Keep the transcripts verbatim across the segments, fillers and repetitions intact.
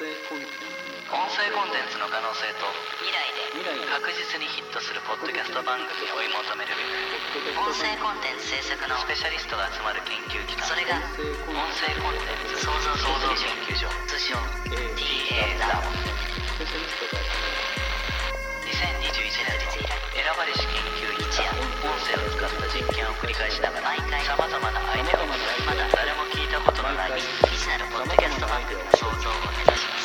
声コンテンツの可能性と未来で確実にヒットするポッドキャスト番組を追い求めるべく、音声コンテンツ制作のスペシャリストが集まる研究機関、それが音声コンテンツ創造研究所、通称 ティーエー ラボ。にせんにじゅういちねんの選ばれし研究員一夜、音声を使った実験を繰り返しながら毎回さまざまなアイデアを持ち、まだ誰も聞いたことのない未知なるポッドキャスト番組の創造を目指します。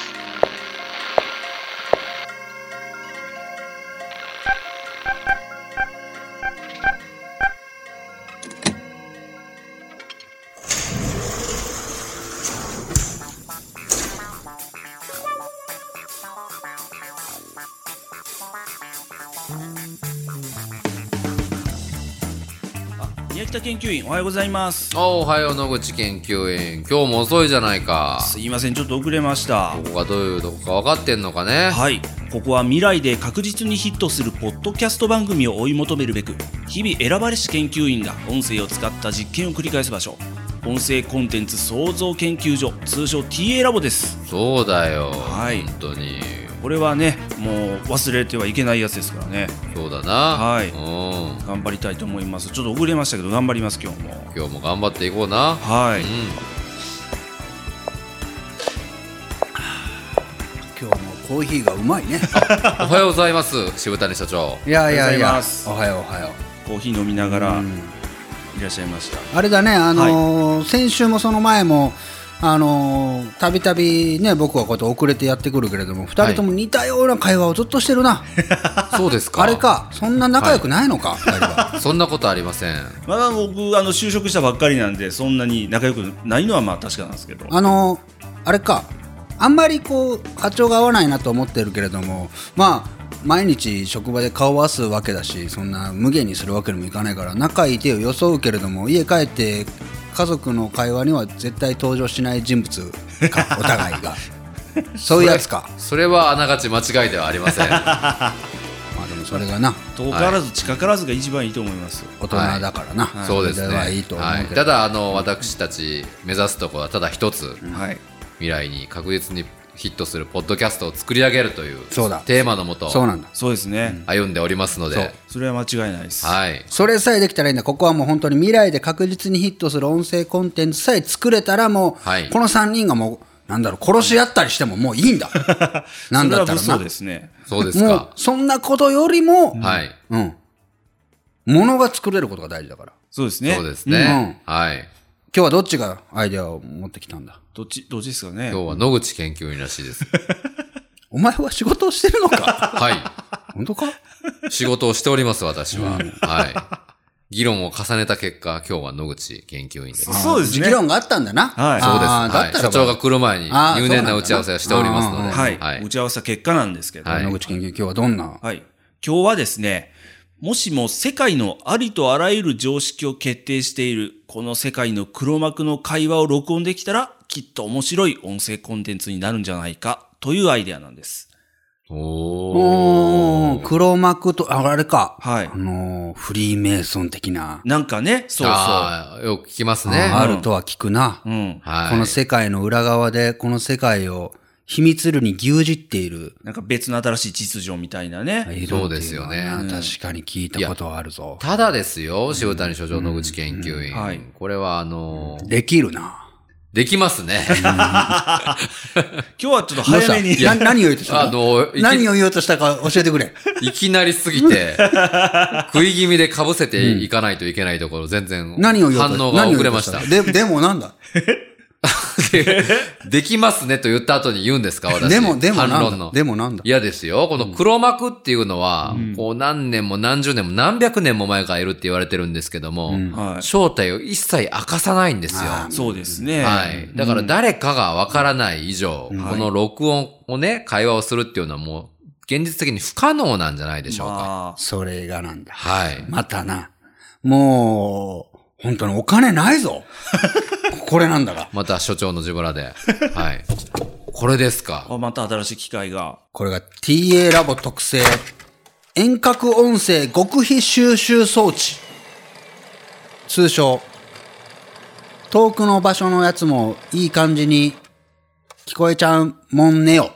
宮北研究員、おはようございます。 おはよう、野口研究員。今日も遅いじゃないか。 すいません、ちょっと遅れました。 ここがどういうとこか分かってんのかね。 はい、ここは未来で確実にヒットするポッドキャスト番組を追い求めるべく、日々選ばれし研究員が音声を使った実験を繰り返す場所、音声コンテンツ創造研究所、通称 ティーエー ラボです。 そうだよ、 はい、 本当にこれはね、もう忘れてはいけないやつですからね。 そうだな。 はい、 うん、 頑張りたいと思います。ちょっと遅れましたけど頑張ります。今日も今日も頑張っていこうな。 はい、うん、 今日もコーヒーがうまいね。 おはようございます、渋谷所長。 いやいやいや、 おはようおはよう。コーヒー飲みながらいらっしゃいました。 あれだね、あのーはい、 先週もその前もあのー、たびたびね、僕はこうやって遅れてやってくるけれども、ふたりとも似たような会話をずっとしてるな。 そうですか。 あれか、そんな仲良くないのか、はい、ふたりは。 そんなことありません。 まだ僕あの就職したばっかりなんで、そんなに仲良くないのはまあ確かなんですけど、 あのー、あれか、あんまりこう波長が合わないなと思ってるけれども、まあ毎日職場で顔を合わすわけだし、そんな無限にするわけにもいかないから仲いい手を装うけれども、家帰って家族の会話には絶対登場しない人物か、お互いがそういうやつか。 それ、それはあながち間違いではありません。まあでもそれがな、 遠からず近からずが一番いいと思います。 大人だからな、 はい、そうですね。 はいいいと思うけど、 はい、ただあの私たち目指すところはただ一つ、 はい、 未来に確実にヒットするポッドキャストを作り上げるというそうだテーマのもと、 そうなんだ、 そうですね、 歩んでおりますので、 そ, それは間違いないです。 はい、 それさえできたらいいんだ。ここはもう本当に未来で確実にヒットする音声コンテンツさえ作れたら、もう、はい、このさんにんがもうなんだろう、殺し合ったりしてももういいんだ。なんだったらな、 そうですね。 そうですか。 もうそんなことよりも、 はい、 うん、ものが作れることが大事だから。 そうですね。 そうですね、うん、はい。 今日はどっちがアイデアを持ってきたんだ。 どっち、どっちですかね。 今日は野口研究員らしいです。 お前は仕事をしてるのか。 はい。 本当か。 仕事をしております、私は。うん、はい。議論を重ねた結果、今日は野口研究員です。 そうですね。 議論があったんだな。 はい。 そうです。はい。社長が来る前に入念な打ち合わせをしておりますので。 はい。はい、打ち合わせ結果なんですけど、 はい、野口研究員、今日はどんな。 はい。今日はですね、もしも世界のありとあらゆる常識を決定しているこの世界の黒幕の会話を録音できたら、きっと面白い音声コンテンツになるんじゃないかというアイデアなんです。 おー、黒幕と、あれか。 はい。 あのー、フリーメイソン的な。 なんかね、そうそう。 あ、よく聞きますね。 あるとは聞くな。 うん。 はい。この世界の裏側で、この世界を秘密裏に牛耳っている。 なんか別の新しい秩序みたいなね。 そうですよね。 確かに聞いたことはあるぞ。 ただですよ、渋谷所長、野口研究員。はい。これはあのー、できるな。 できますね。 今日はちょっと早めに。 何を言おうとしたか、 あの何を言おうとしたか教えてくれ。 いきなりすぎて、食い気味で被せていかないといけないところ、全然反応が遅れました。 で、でもなんだで, できますねと言った後に言うんですか、私。 でも、でもなんだ。 反論の。 でもなんだ。 嫌ですよ。この黒幕っていうのは、うん、こう何年も何十年も何百年も前からいるって言われてるんですけども、うんはい、正体を一切明かさないんですよ。 そうですね。 はい。だから誰かがわからない以上、うん、この録音をね、会話をするっていうのはもう、現実的に不可能なんじゃないでしょうか。まあ、それがなんだ。 はい。 またな。もう、本当にお金ないぞ。これなんだが。 また所長の自腹で。はい。これですか。 また新しい機械が。 これが ティーエー ラボ特製遠隔音声極秘収集装置。通称。遠くの場所のやつもいい感じに聞こえちゃうもんねよ。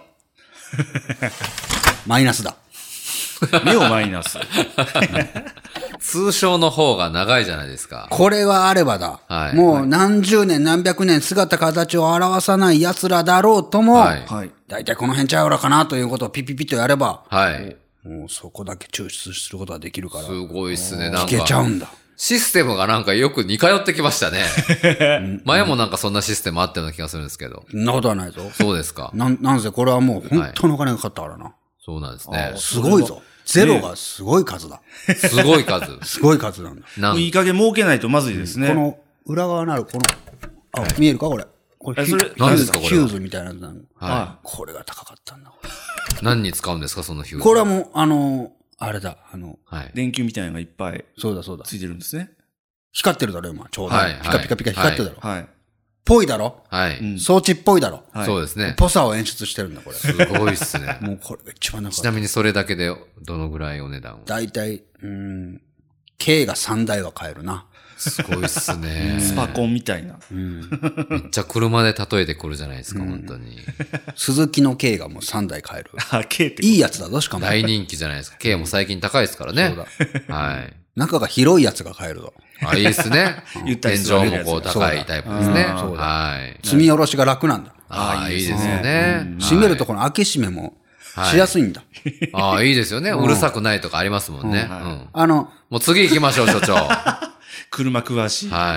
マイナスだ。 ネオマイナス。 通称の方が長いじゃないですか。 これはあればだ。はい、もう何十年何百年姿形を表さない奴らだろうとも、はい、だいたいこの辺ちゃうらかなということをピピピッとやれば、はい、もうそこだけ抽出することができるから。 すごいっすね。なんか聞けちゃうんだ。 システムがなんかよく似通ってきましたね。前もなんかそんなシステムあったような気がするんですけど。 そんなことはないぞ。 そうですか。 なん、なんせこれはもう本当のお金がかかったからな。はい、 そうなんですね。 すごいぞ。ゼロがすごい数だ。 すごい数。 すごい数なんだ。 なんいい加減儲けないとまずいですね。 この裏側にあるこの、あ、はい、見えるかこれ。これ、 それ何ですかこれ。 ヒューズみたいなやつなの。 はい。 これが高かったんだ。 何に使うんですかそのヒューズ。 これはもう、あの、あれだ、あの、 はい、電球みたいなのがいっぱい。 そうだそうだ。 ついてるんですね。 光ってるだろ、今、ちょうど。はい。ピカピカピカ光ってるだろ。 はい。 ぽいだろはい。 装置っぽいだろはい。そうですね。 ぽさを演出してるんだ、これ。 すごいっすね。 もうこれが一番長い。 ちなみにそれだけでどのぐらいお値段をだいたい、うん、K がさんだいは買えるな。 すごいっすね。 スパコンみたいな。 うん。 めっちゃ車で例えてくるじゃないですか、うん、本当に。 鈴木の K がもうさんだい買える。 あ、K って。 いいやつだぞ、しかも。 大人気じゃないですか。K も最近高いですからね。 そうだ。 はい。 中が広いやつが買えるぞ。 あ、いいっすね。天井もこう高いタイプですね。 そうだ。 はい。 積み下ろしが楽なんだ。 ああ、いいですよね。 閉めるとこの開け閉めもしやすいんだ。 ああ、いいですよね。うるさくないとかありますもんね。 あの、 もう次行きましょう、所長。 車詳しい。 はい。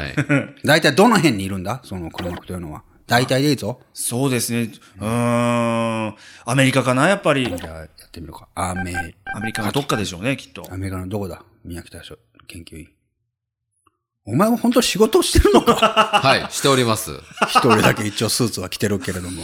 大体どの辺にいるんだその車というのは。大体でいいぞ。 そうですね。うーん。アメリカかなやっぱり。 じゃあ、やってみるか。アメ、 アメリカのどっかでしょうね、きっと。 アメリカのどこだ宮北所研究員。お前も本当に仕事をしてるのかはい、しております。 一人だけ一応スーツは着てるけれども。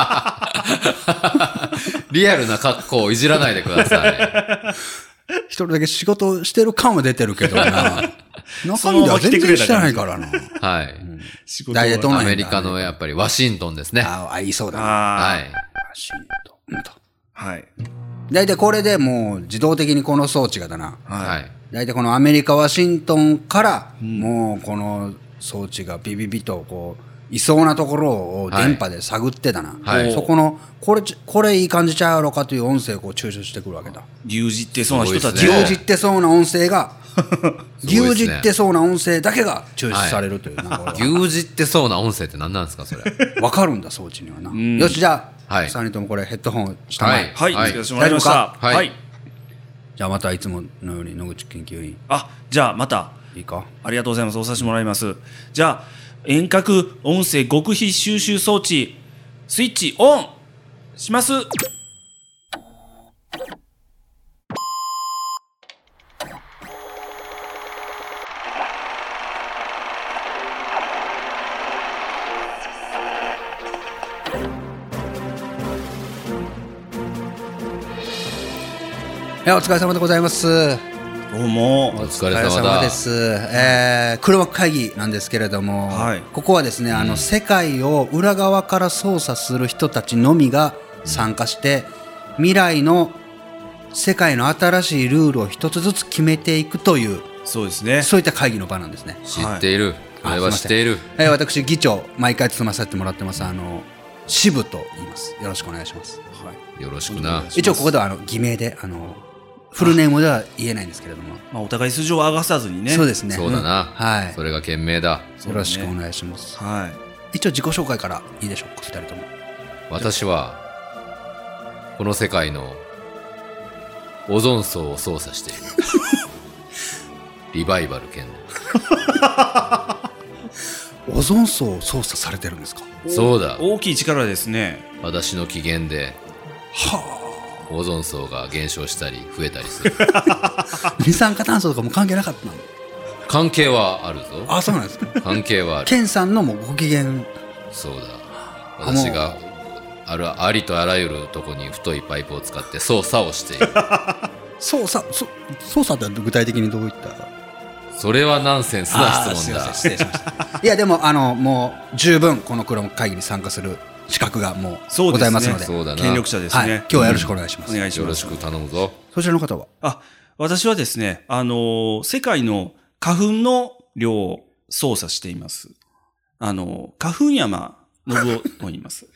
リアルな格好をいじらないでください。 一人だけ仕事をしてる感は出てるけどな。中身では全然してないからな。 はい。うん、 仕事はアメリカのやっぱりワシントンですね。 ああ、いいそうだね。 はい。 ワシントンと。 はい。 だいたいこれでもう自動的にこの装置がだな。 はい。 だいたいこのアメリカ、ワシントンから、もうこの装置がビビビとこう、いそうなところを電波で探ってだな。はい。そこの、これ、これいい感じちゃうやろかという音声をこう抽出してくるわけだ。 牛耳ってそうな人たち。 牛耳ってそうな音声が、牛耳ってそうな音声だけが抽出されるという。 牛耳ってそうな音声って何なんですか、それ。 わかるんだ、装置にはな。よし、じゃあ、はい。さんにんともこれヘッドホンしたまえ。 はい。はい。つけさせてもらいました。 はい。 じゃあまたいつものように野口研究員。 あ、じゃあまた。 いいか。 ありがとうございます。おさせてもらいます。じゃあ、遠隔音声極秘収集装置、スイッチオンします。 いや、お疲れ様でございます。 どうもお疲れ様だ。 です。えー、黒幕会議なんですけれども、はい、ここはですね、うん、あの世界を裏側から操作する人たちのみが参加して、うん、未来の世界の新しいルールを一つずつ決めていくという、 そうですね。 そういった会議の場なんですね。 知っている。はい、あれは知っている。 えー、私議長毎回務まさせてもらってます。あの支部と言います。よろしくお願いします。 はい、よろしくな。 一応ここではあの偽名であの。フルネームでは言えないんですけれども、 まあ、お互い素性を明かさずにね。 そうですね。 そうだな、 うん、はい。 それが賢明だ。 よろしくお願いします。 はい。 一応自己紹介からいいでしょうか、二人とも。 私はこの世界のオゾン層を操作しているリバイバル剣オゾン層を操作されてるんですか。 そうだ。 大きい力ですね。 私の機嫌で。 はあ。 オゾン層が減少したり増えたりする二酸化炭素とかも関係なかったの。 関係はあるぞ。 あ、そうなんですか。 関係はある。 ケンさんのもうご機嫌。 そうだ。私があるありとあらゆるとこに太いパイプを使って操作をしている操作そ操作って具体的にどういった。 それはナンセンスな質問だ。 失礼しましたいやでもあのもう十分この黒幕会議に参加する資格がもうございますので、 そうだな。 権力者ですね、はい、 今日はよろしくお願いします、 うん、お願いします。 よろしく頼むぞ。 そちらの方は。 あ、私はですね、あのー、世界の花粉の量を操作しています。あのー、花粉山信夫と言います。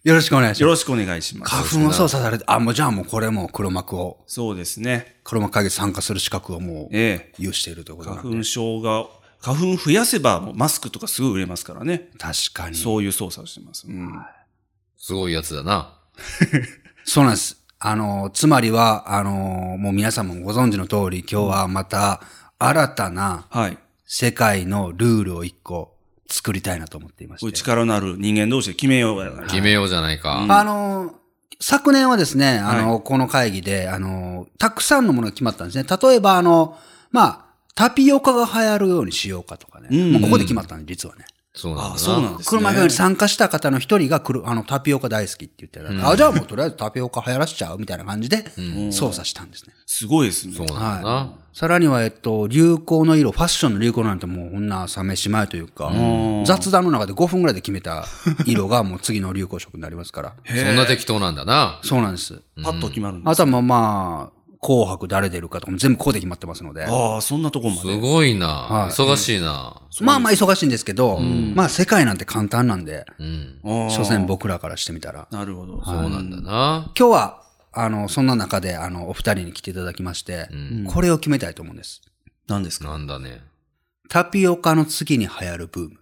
よろしくお願いします。 よろしくお願いします。 花粉を操作されて、あ、もうじゃあもうこれも黒幕を。 そうですね。 黒幕会議参加する資格をもう、ええ、有しているということなんで。 花粉症が、花粉増やせばもうマスクとかすぐ売れますからね。 確かに。 そういう操作をしてます。うん、 すごいやつだな。 そうなんです。あの、つまりは、あの、もう皆さんもご存知の通り、今日はまた新たな世界のルールを一個作りたいなと思っていまして。 力のある人間同士で決めようやな。 決めようじゃないか。 うん、あの、昨年はですね、あの、はい、この会議で、あの、たくさんのものが決まったんですね。例えば、あの、まあ、タピオカが流行るようにしようかとかね。うんうん、もうここで決まったんで、実はね。 そうなんだな。 そうなんですね。 車に参加した方の一人がくる、あの、タピオカ大好きって言ってた、うん、あ、じゃあもうとりあえずタピオカ流行らしちゃうみたいな感じで、操作したんですね。 すごいですね。 そうなんだな。はい、 さらには、えっと、流行の色、ファッションの流行なんてもうこんな冷めしまいというか、雑談の中でごふんぐらいで決めた色がもう次の流行色になりますから。 そんな適当なんだな。 そうなんです。 パッと決まるんです。 あとはまあ、紅白誰出るかとかも全部ここで決まってますので。 ああ、そんなとこまで。 すごいな。はい、忙しいな。 まあまあ忙しいんですけど、うん、まあ世界なんて簡単なんで、うん、所詮僕らからしてみたら。 なるほど。 そうなんだな。 今日は、あの、そんな中で、あの、お二人に来ていただきまして、うん、これを決めたいと思うんです。 何ですか？ なんだね。 タピオカの次に流行るブーム。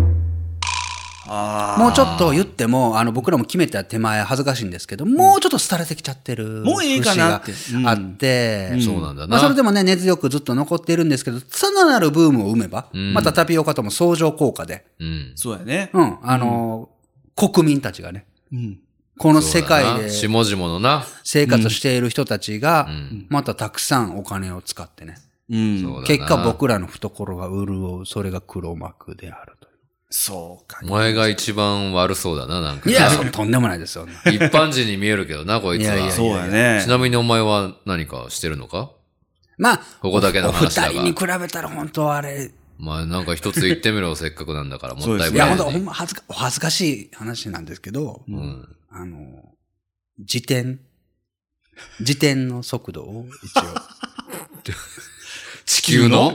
あもうちょっと言っても、あの、僕らも決めた手前恥ずかしいんですけど、もうちょっと廃れてきちゃってる。 もういいかなって。 あって、 うん、そうなんだな。 まあ、それでもね、根強くずっと残っているんですけど、さらなるブームを生めば、うん、またタピオカとも相乗効果で。 うん。そうやね。 うん。あの、うん、国民たちがね。うん。この世界で、 下々のな。 生活している人たちが、またたくさんお金を使ってね。うん。結果僕らの懐が潤う、それが黒幕であると。 そうか。 お前が一番悪そうだな、なんか。 いや、とんでもないですよ。 一般人に見えるけどな、こいつは。いやいやそうやね。 ちなみにお前は何かしてるのか？ まあ、 ここだけの話だが。 お二人に比べたら本当はあれ。 まあなんか一つ言ってみろ、せっかくなんだから、もったいぶらずに。 いや、ほんと、ほんま恥ずか、恥ずかしい話なんですけど、うん、あの、自転、自転の速度を一応。 地球の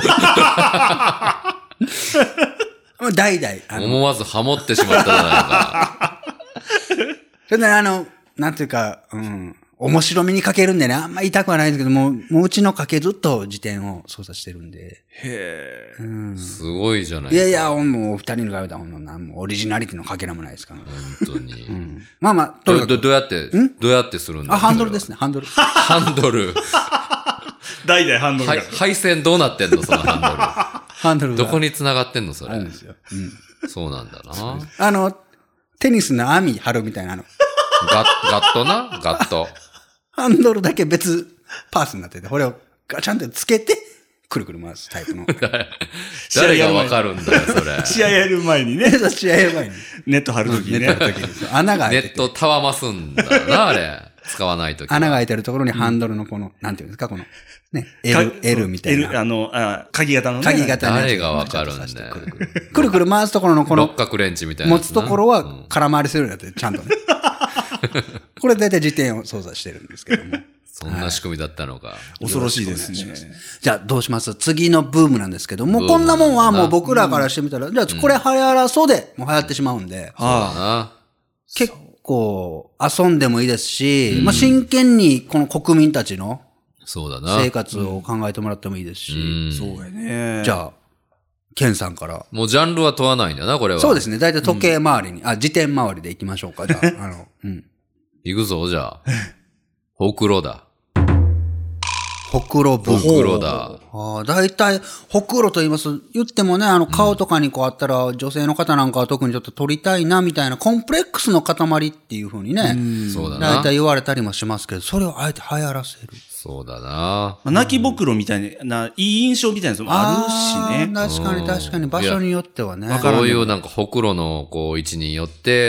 代々。 思わずハモってしまったじゃないか。 それであの、なんていうか、うん、面白みに欠けるんでね、あんま言いたくはないんですけども、もううちの家系ずっと自転を操作してるんで。 へぇ、うん、すごいじゃないか。いやいや、もうお二人に比べたらほんのなんもオリジナリティのかけらもないですから。 本当に。うん、 まあまあ、 とにかくど、どうやって、どうやってするんだあ、ハンドルですね、ハンドル。 ハンドル。 代々ハンドル。 はい、配線どうなってんのそのハンドル。 ハンドルどこに繋がってんのそれ。 あるんですよ。 うん。そうなんだな。 あの、テニスの網張るみたいなの。 ガッ、ガットなガット。 ハンドルだけ別パースになってて、これをガチャンってつけて、くるくる回すタイプの。 誰がわかるんだよ、それ。 試合やる前にね。 試合やる前に。 ネット張るときにね。 ネット張るときに。穴が開いてて。ネットたわますんだよな、あれ。使わないとき。 穴が開いてるところにハンドルのこの、うん、なんていうんですか、この、ね、L、L みたいな。 L、あの、あ鍵型のね。 鍵型の。 誰がわかるんだよ。 くるくる回すところのこの、 六角レンチみたいな。 持つところは空回りするようになって、ちゃんとね。これ大体自転を操作してるんですけども。 そんな仕組みだったのか。はい、 恐ろしいですね。 じゃあどうします次のブームなんですけども、こんなもんはもう僕らからしてみたら、じゃあこれ流行らそうで、もう流行ってしまうんで。 そうだな。 結構遊んでもいいですし、まあ真剣にこの国民たちのそうだな。 生活を考えてもらってもいいですし。 そうやね。 じゃあ、ケンさんから。 もうジャンルは問わないんだな、これは。 そうですね。だいたい時計回りに、あ、自転回りで行きましょうか。じゃあ、あの、うん。 行くぞ、じゃあ。ほくろだ。 ほくろブーム。 ほくろだ。 ああ、だいたい、ほくろと言います。言ってもね、あの、顔とかにこうあったら、うん、女性の方なんかは特にちょっと撮りたいな、みたいな、コンプレックスの塊っていう風にね。 そうだな。 だいたい言われたりもしますけど、それをあえて流行らせる。 そうだな。 まあ、泣きぼくろみたいな、いい印象みたいなのもあるしね。 確かに確かに、場所によってはね。 そういうなんかほくろのこう位置によって、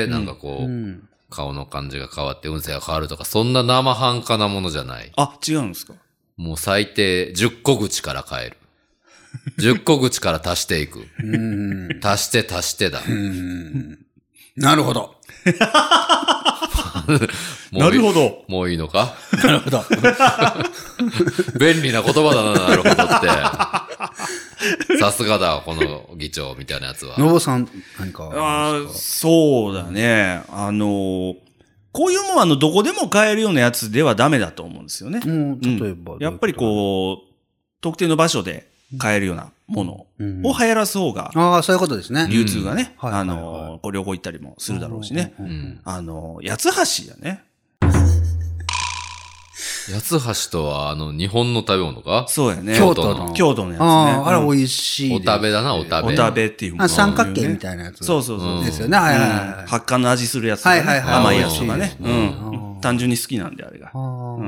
なんかこう、うん、顔の感じが変わって運勢が変わるとか、そんな生半可なものじゃない。 あ、違うんですか？ もう最低じゅっこ口から変える。じゅっこ口から足していく。うん足して足してだ。 うんなるほど。 なるほど。 もういいのか？ なるほど。 便利な言葉だな、なるほどって。 さすがだ、この議長みたいなやつは。 のぼさん、何かああそうだね。あの、こういうもんあの、どこでも買えるようなやつではダメだと思うんですよね。 うん、例えば、 うん。やっぱりこう、特定の場所で買えるようなものを流行らす方が、 ああ、そういうことですね。 流通がね、 うん、 あの、旅行行ったりもするだろうしね。うん、あの、八つ橋やね。 八つ橋とは、あの、日本の食べ物かそうやね。 京都の。 京都のやつね。 ああ、あれ美味しい。 お食べだな、お食べ。 お食べっていうもの、 ね。三角形みたいなやつ。 そうそうそう。 ですよね。はいはいはい。 発汗の味するやつとか、ね。はいはいはい。甘いやつとかね。うん。単純に好きなんで、あれが。うん。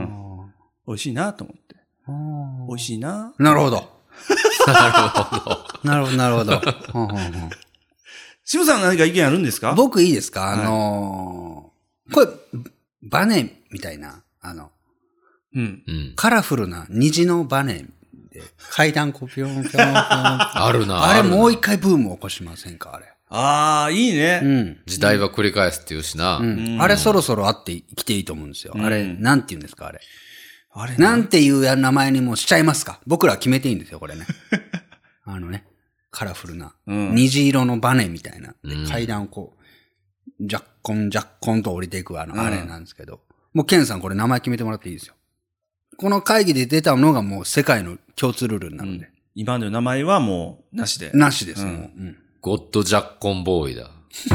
美味しいなと思って。美味しいな。 なるほど。 なるほど。 なるほど、なるほど。 渋さん何か意見あるんですか？ 僕いいですか？あのー、これ、バネみたいな、あの、 うん。 カラフルな虹のバネで、階段こうぴょんぴょんぴょん。あるな。 あれもう一回ブーム起こしませんかあれ。 ああ、いいね。 うん。 時代は繰り返すっていうしな。 うん。あれそろそろあってきていいと思うんですよ。あれ、なんて言うんですかあれ。あれなんていう名前にもしちゃいますか？僕らは決めていいんですよ、これね。あのね、カラフルな、虹色のバネみたいな。で階段をこう、ジャッコンジャッコンと降りていくあの、あれなんですけど。もうケンさんこれ名前決めてもらっていいですよ。この会議で出たのがもう世界の共通ルールになるんで。うん、 今の名前はもうなしで。 なしです、うん、もう。うん、 ゴッドジャッコンボーイだ。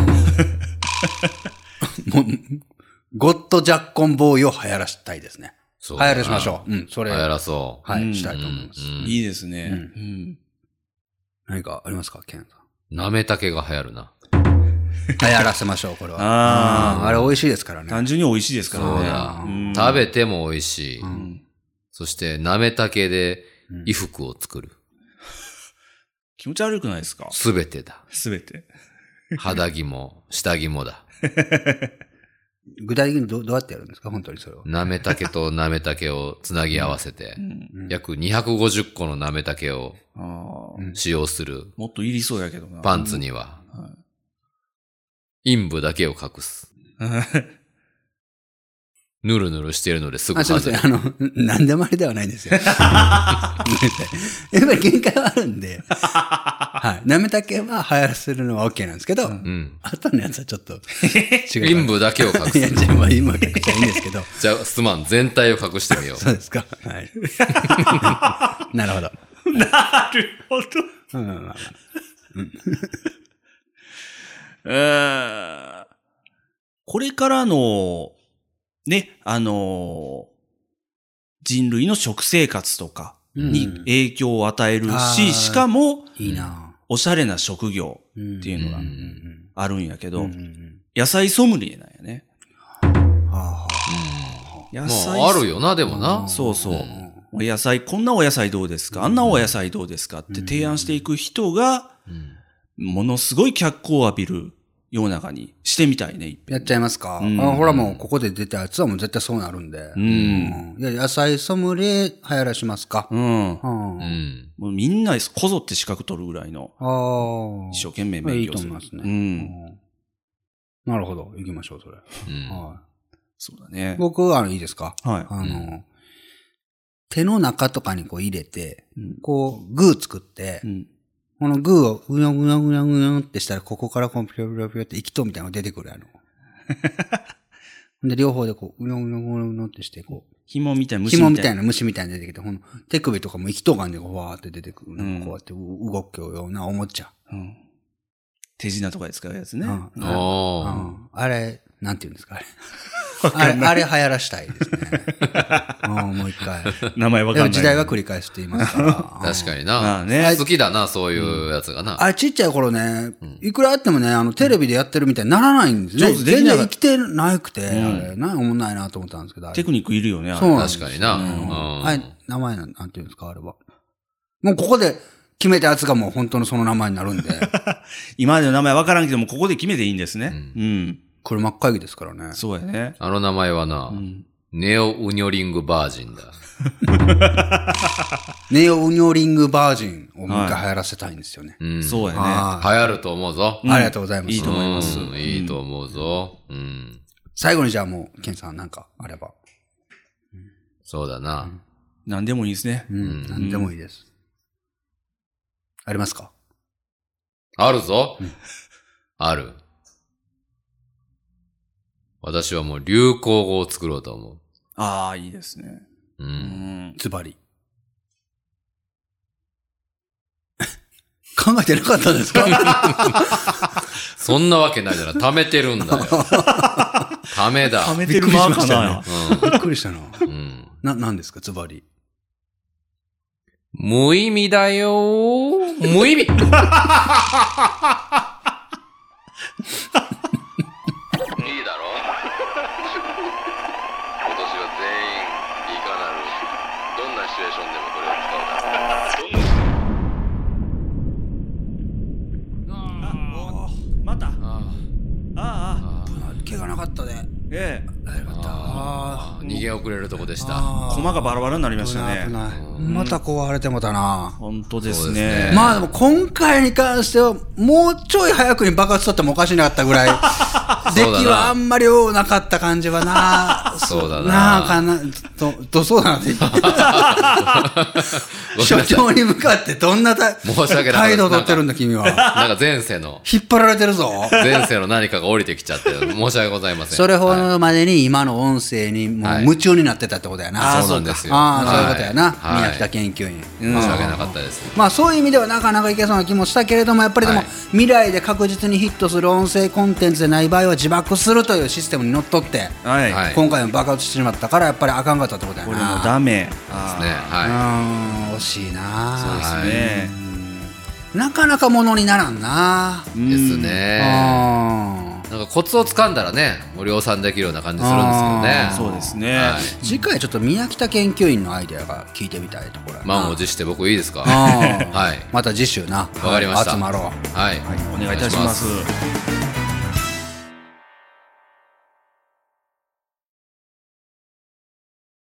もう、ゴッドジャッコンボーイを流行らしたいですね。 そう流行らしましょう。うん、それ。 流行らそう。 はい、うん、したいと思います。 うんうん、いいですね。うんうん何かありますか、ケンさん。なめたけが流行るな。 流行らせましょう、これは。ああ、あれ美味しいですからね。 単純に美味しいですからね。 そうだ。うん、食べても美味しい。うん、そして、なめたけで衣服を作る。うん、 気持ち悪くないですか？ すべてだ。 すべて。 肌着も、下着もだ。 具体的に ど, どうやってやるんですか本当にそれを。 なめたけとなめたけをつなぎ合わせて、うんうん、約にひゃくごじゅっこのなめたけを使用する。 もっといりそうやけどな。 パンツには、うんはい、陰部だけを隠す。ぬるぬるしているのですぐ外れる。あ、すいません。あの、何でもあれではないんですよ。やっぱり限界はあるんで。はい。なめたけは流行らせるのは OK なんですけど、うん、後のやつはちょっと違う。 陰部だけを隠す。 いや、じゃあ、まあ今隠しちゃいいんですけど。 じゃあ、すまん。全体を隠してみよう。 そうですか。はい。なるほど。 なるほど。うんまあまあうんこれからの、ね、あのー、人類の食生活とかに影響を与えるし、うん、しかも、 いいなおしゃれな職業っていうのがあるんやけど、うんうんうん、野菜ソムリエなんやね。 はあうん、野菜まあ、あるよな、でもな。 そうそう。お野菜、こんなお野菜どうですか、あんなお野菜どうですかって提案していく人が、ものすごい脚光を浴びる世の中にしてみたいね。 やっちゃいますか、うん、あほらもうここで出たやつはもう絶対そうなるんで。うん。うん、いや野菜ソムリエ流行らしますかうん。うん。 もうみんなこぞって資格取るぐらいの。ああ。一生懸命勉強する。 いいと思いますね。うん。なるほど。行きましょう、それ。うん。 はい。そうだね。 僕は、いいですかはい。 あの、うん、手の中とかにこう入れて、うん、こう、グー作って、うんこのグーをうようようようよってしたら、ここからこうピョピョピョって息とみたいなのが出てくるあの。で、両方でこう、うようようよってして、こう。 紐みたいな虫みたいな。 紐みたいな虫みたいな出てきて、この手首とかも息とがんでこう、わーって出てくる。うん、こうやって動くようなおもちゃ。うん、 手品とかで使うやつね。うん、 あ, あれ、なんて言うんですかあれ。あれ、あれ流行らしたいですね。もう一回。 名前わかんない。 時代は繰り返すって言いますから。 確かにな。あね、好きだな、そういうやつがな。 うん、あれちっちゃい頃ね、いくらあってもね、あの、テレビでやってるみたいにならないんですね。全然生きてなくて、うん、あれ、なんおもんないなと思ったんですけど。 テクニックいるよね、あれ。 そう確かにな。うん、 あれ、名前なん、なんていうんですか、あれは。もうここで決めたやつがもう本当のその名前になるんで。 今までの名前わからんけども、ここで決めていいんですね。うん。うんこれ真っ会議ですからね。 そうやね。 あの名前はな、うん、ネオウニョリングバージンだ。 ネオウニョリングバージンをもう一回流行らせたいんですよね。 はいうん、そうやね。 流行ると思うぞ、 うん。ありがとうございます。 いいと思います。 うん、いいと思うぞ。うん。 最後にじゃあもう、ケンさんなんかあれば。 うん、そうだな、うん。 何でもいいですね。 うん。何でもいいです。 ありますか？ あるぞ。 うん、 ある。私はもう流行語を作ろうと思う。 ああ、いいですね。 うん。 ズバリ。考えてなかったんですか？ そんなわけないじゃない。貯めてるんだよ。ためだ。 貯めてるマークだよ。 びっくりしたな。うん。な、何ですか、ズバリ。 無意味だよー。無意味。いいだろ。今年は全員いかなるどんなシチュエーションでもこれを使うだ。また。ああ。 怪我なかったで。 ええ。 よかった。 ああ。逃げ遅れるとこでした。 駒がバラバラになりましたね。 危ない。また壊れてもたな。 本当ですね。 まあでも今回に関してはもうちょい早くに爆発しとってもおかしなかったぐらい出来はあんまり多なかった感じはな。 そうだな。 なんかな、と、とそうだなって言って。所長に向かってどんな態度を取ってるんだ君は。 なんか前世の。 引っ張られてるぞ。 前世の何かが降りてきちゃって、申し訳ございません。 それほどまでに今の音声にもう夢中になってたってことやな。 はい、そうなんですよ。 ああ、そういうことやな。はい、宮北研究員。 申し訳なかったです。 まあそういう意味ではなかなかいけそうな気もしたけれども、やっぱりでも、はい、未来で確実にヒットする音声コンテンツでない場合は自爆するというシステムにのっとって、はい、今回も爆発してしまったからやっぱりあかんかったってことやな。 これもダメ。 ですね。はい。うん、惜しいな。 そうですね。 なかなかものにならんな。 ですね。なんかコツを掴んだらね、もう量産できるような感じするんですけどね。 そうですね、 はい。 次回ちょっと宮北研究員のアイデアが聞いてみたいところやな。 満を持して僕いいですか？はい。 また次週な。 わかりました。 集まろう。 はい。 はい、お願いいたします。